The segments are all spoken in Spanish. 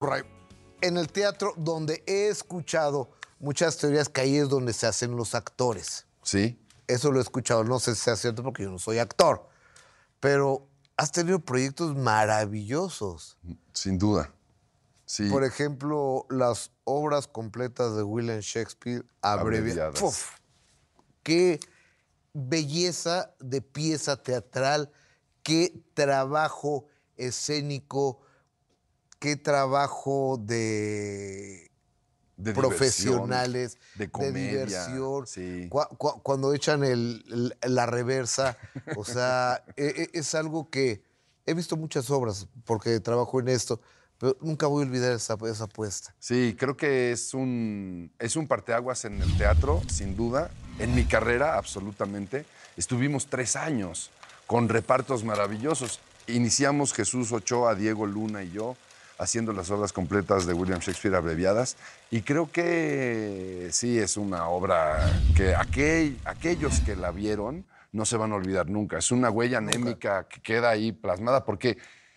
Ray, en el teatro donde he escuchado muchas teorías que ahí es donde se hacen los actores. Sí. Eso lo he escuchado, no sé si sea cierto porque yo no soy actor, pero has tenido proyectos maravillosos. Sin duda. Sí. Por ejemplo, las obras completas de William Shakespeare abreviadas. Abreviadas. Qué belleza de pieza teatral, qué trabajo escénico, qué trabajo de profesionales, de comedia, diversión. sí. Cuando echan la reversa, o sea, es algo que he visto muchas obras porque trabajo en esto, pero nunca voy a olvidar esa apuesta. Sí, creo que es un parteaguas en el teatro, sin duda. En mi carrera, absolutamente. Estuvimos 3 años con repartos maravillosos. Iniciamos Jesús Ochoa, Diego Luna y yo haciendo las obras completas de William Shakespeare abreviadas. Y creo que sí, es una obra que aquellos que la vieron no se van a olvidar nunca. Es una huella anémica que queda ahí plasmada porque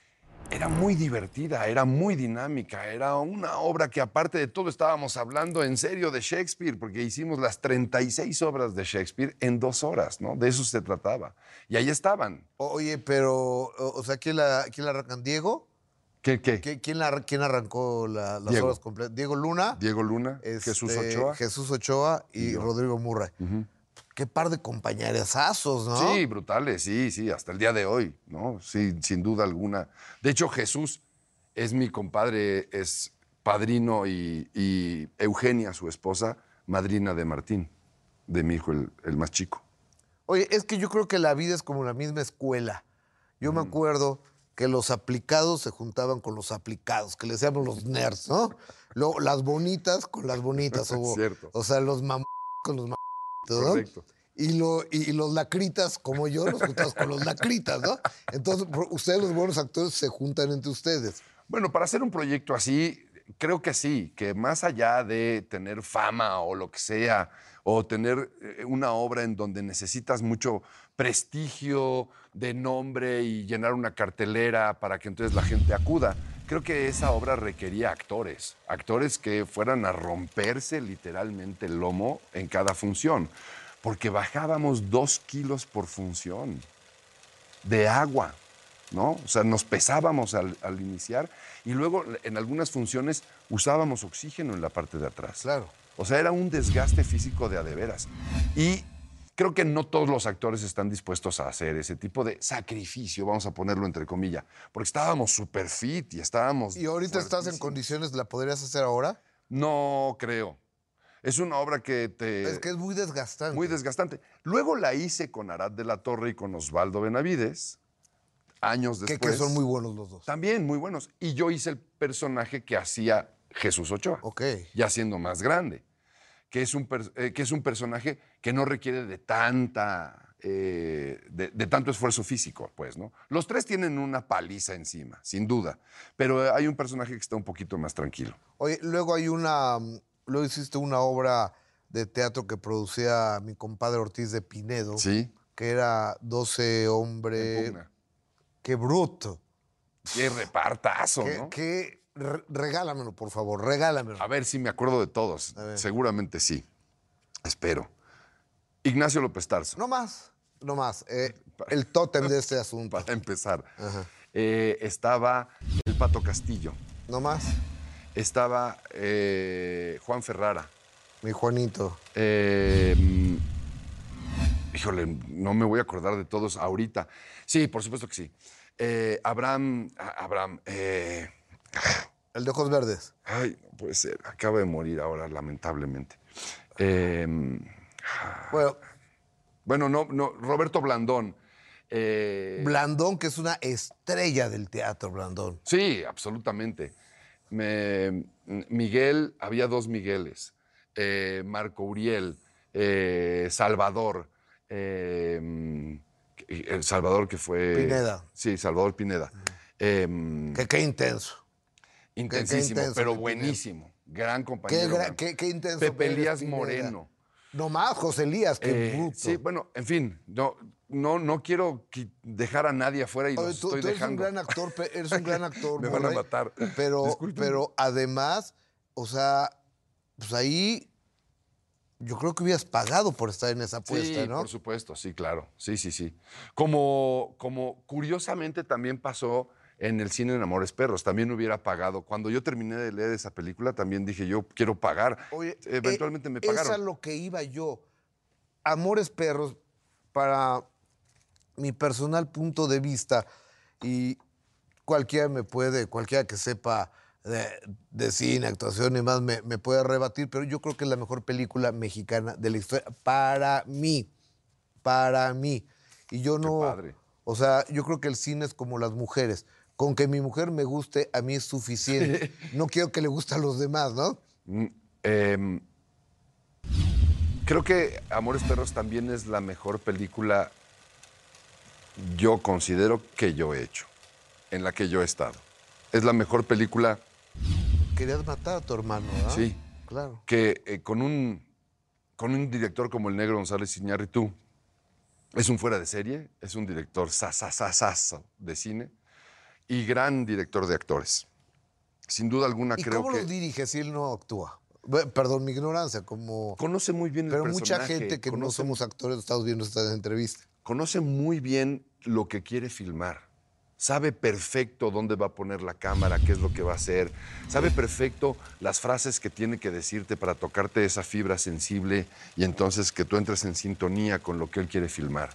era muy divertida, era muy dinámica, era una obra que aparte de todo estábamos hablando en serio de Shakespeare, porque hicimos las 36 obras de Shakespeare en 2 horas, ¿no? De eso se trataba. Y ahí estaban. Oye, pero, o sea, ¿quién la arrancan? ¿Diego? ¿Qué? ¿Quién arrancó las Diego. obras completas? Diego Luna. Diego Luna, Jesús Ochoa. Jesús Ochoa y Rodrigo Murray. Qué par de compañerazos, ¿no? Sí, brutales, sí, hasta el día de hoy, ¿no? Sí, sin duda alguna. De hecho, Jesús es mi compadre, es padrino y Eugenia, su esposa, madrina de Martín, de mi hijo, el más chico. Oye, es que yo creo que la vida es como la misma escuela. Yo me acuerdo que los aplicados se juntaban con los aplicados, que le decíamos los nerds, ¿no? Luego, las bonitas con las bonitas. Cierto. O sea, los con los ¿no? Correcto. Y los lacritas, como yo, nos juntamos con los lacritas, ¿no? Entonces, ustedes, los buenos actores, se juntan entre ustedes. Bueno, para hacer un proyecto así, creo que sí, que más allá de tener fama o lo que sea, o tener una obra en donde necesitas mucho prestigio de nombre y llenar una cartelera para que entonces la gente acuda, creo que esa obra requería actores que fueran a romperse literalmente el lomo en cada función, porque bajábamos 2 kilos por función de agua, ¿no? O sea, nos pesábamos al iniciar y luego en algunas funciones usábamos oxígeno en la parte de atrás. Claro. O sea, era un desgaste físico de a de veras. Y creo que no todos los actores están dispuestos a hacer ese tipo de sacrificio, vamos a ponerlo entre comillas, porque estábamos súper fit y estábamos... ¿Y ahorita estás en condiciones, la podrías hacer ahora? No creo. Es una obra que Es que es muy desgastante. Muy desgastante. Luego la hice con Arad de la Torre y con Osvaldo Benavides, años después. Que son muy buenos los dos. También muy buenos. Y yo hice el personaje que hacía Jesús Ochoa. Ok. Ya siendo más grande. Que es un personaje que no requiere de tanto esfuerzo físico, pues, ¿no? Los 3 tienen una paliza encima, sin duda. Pero hay un personaje que está un poquito más tranquilo. Oye, luego hiciste una obra de teatro que producía mi compadre Ortiz de Pinedo. Sí. Que era 12 hombres. ¡Qué bruto! ¡Qué repartazo, ¿no? Regálamelo, por favor, regálamelo. A ver si me acuerdo de todos. Seguramente sí. Espero. Ignacio López Tarso. No más. El tótem de este asunto. Para empezar. Estaba el Pato Castillo. No más. Estaba Juan Ferrara. Mi Juanito. Híjole, no me voy a acordar de todos ahorita. Sí, por supuesto que sí. Abraham. El de ojos verdes. Ay, no puede ser. Acaba de morir ahora, lamentablemente. Bueno, no, Roberto Blandón. Blandón, que es una estrella del teatro, Blandón. Sí, absolutamente. Miguel, había 2 Migueles. Marco Uriel, Salvador. El Salvador que fue... Pineda. Sí, Salvador Pineda. Qué intenso. Intensísimo, intenso, pero buenísimo. Gran compañero. Qué intenso. Pepe Elías Moreno. No más, José Elías, qué bruto. Sí, bueno, en fin, no quiero dejar a nadie afuera y Oye, los estoy tú eres dejando. un gran actor, eres un gran actor, Me van a Murray, matar. Pero, Disculpen. pero además, o sea, pues ahí yo creo que hubieras pagado por estar en esa apuesta, Sí, ¿no? por supuesto, sí, claro. Sí. Como curiosamente también pasó en el cine en Amores Perros, también hubiera pagado. Cuando yo terminé de leer esa película, también dije, yo quiero pagar. Oye, Eventualmente me es a pagaron. lo que iba yo. Amores Perros, para mi personal punto de vista, y cualquiera que sepa de cine, actuación y más, me puede rebatir, pero yo creo que es la mejor película mexicana de la historia para mí. Y yo Qué no, padre. o sea, yo creo que el cine es como las mujeres. Con que mi mujer me guste, a mí es suficiente. No quiero que le guste a los demás, ¿no? Mm, em, Creo que Amores Perros también es la mejor película, yo considero, que yo he hecho, en la que yo he estado. Es la mejor película, Querías matar a tu hermano, ¿verdad? sí, Claro. que con un director como el Negro González Iñárritu, es un fuera de serie, es un director sasasasazo de cine y gran director de actores. Sin duda alguna ¿Y creo cómo que los dirige si él no actúa? Perdón mi ignorancia, como... conoce muy bien el Pero personaje. mucha gente que no somos actores estamos viendo esta entrevista. Conoce muy bien lo que quiere filmar. Sabe perfecto dónde va a poner la cámara, qué es lo que va a hacer. Sabe perfecto las frases que tiene que decirte para tocarte esa fibra sensible y entonces que tú entres en sintonía con lo que él quiere filmar.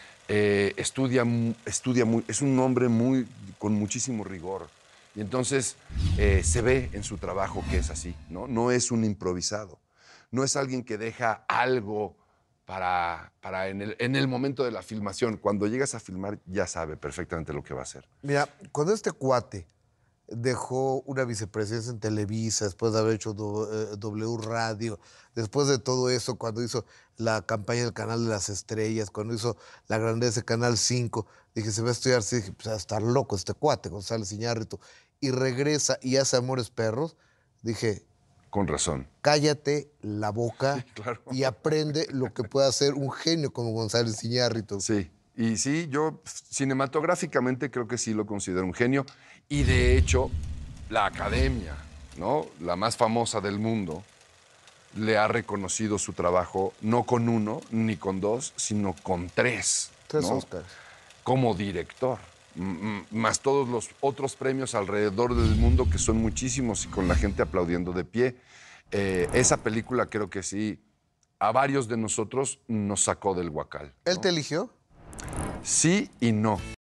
Estudia muy, es un hombre con muchísimo rigor. Y entonces se ve en su trabajo que es así, ¿no? No es un improvisado. No es alguien que deja algo para en el momento de la filmación. Cuando llegas a filmar, ya sabe perfectamente lo que va a hacer. Mira, cuando este cuate dejó una vicepresidencia en Televisa, después de haber hecho W Radio, después de todo eso, cuando hizo la campaña del Canal de las Estrellas, cuando hizo La Grandeza de Canal 5, dije, se va a estudiar, sí, dije, pues va a estar loco este cuate, González Iñárritu, y regresa y hace Amores Perros, dije, Con razón. cállate la boca Sí, claro. y aprende lo que puede hacer un genio como González Iñárritu. Sí. Y sí, yo cinematográficamente creo que sí lo considero un genio. Y de hecho, la academia, ¿no? La más famosa del mundo, le ha reconocido su trabajo no con uno ni con dos, sino con tres. Tres ¿no? Óscars. Como director. Más todos los otros premios alrededor del mundo, que son muchísimos y con la gente aplaudiendo de pie. Esa película creo que sí, a varios de nosotros nos sacó del huacal. ¿Él ¿no? te eligió? Sí y no.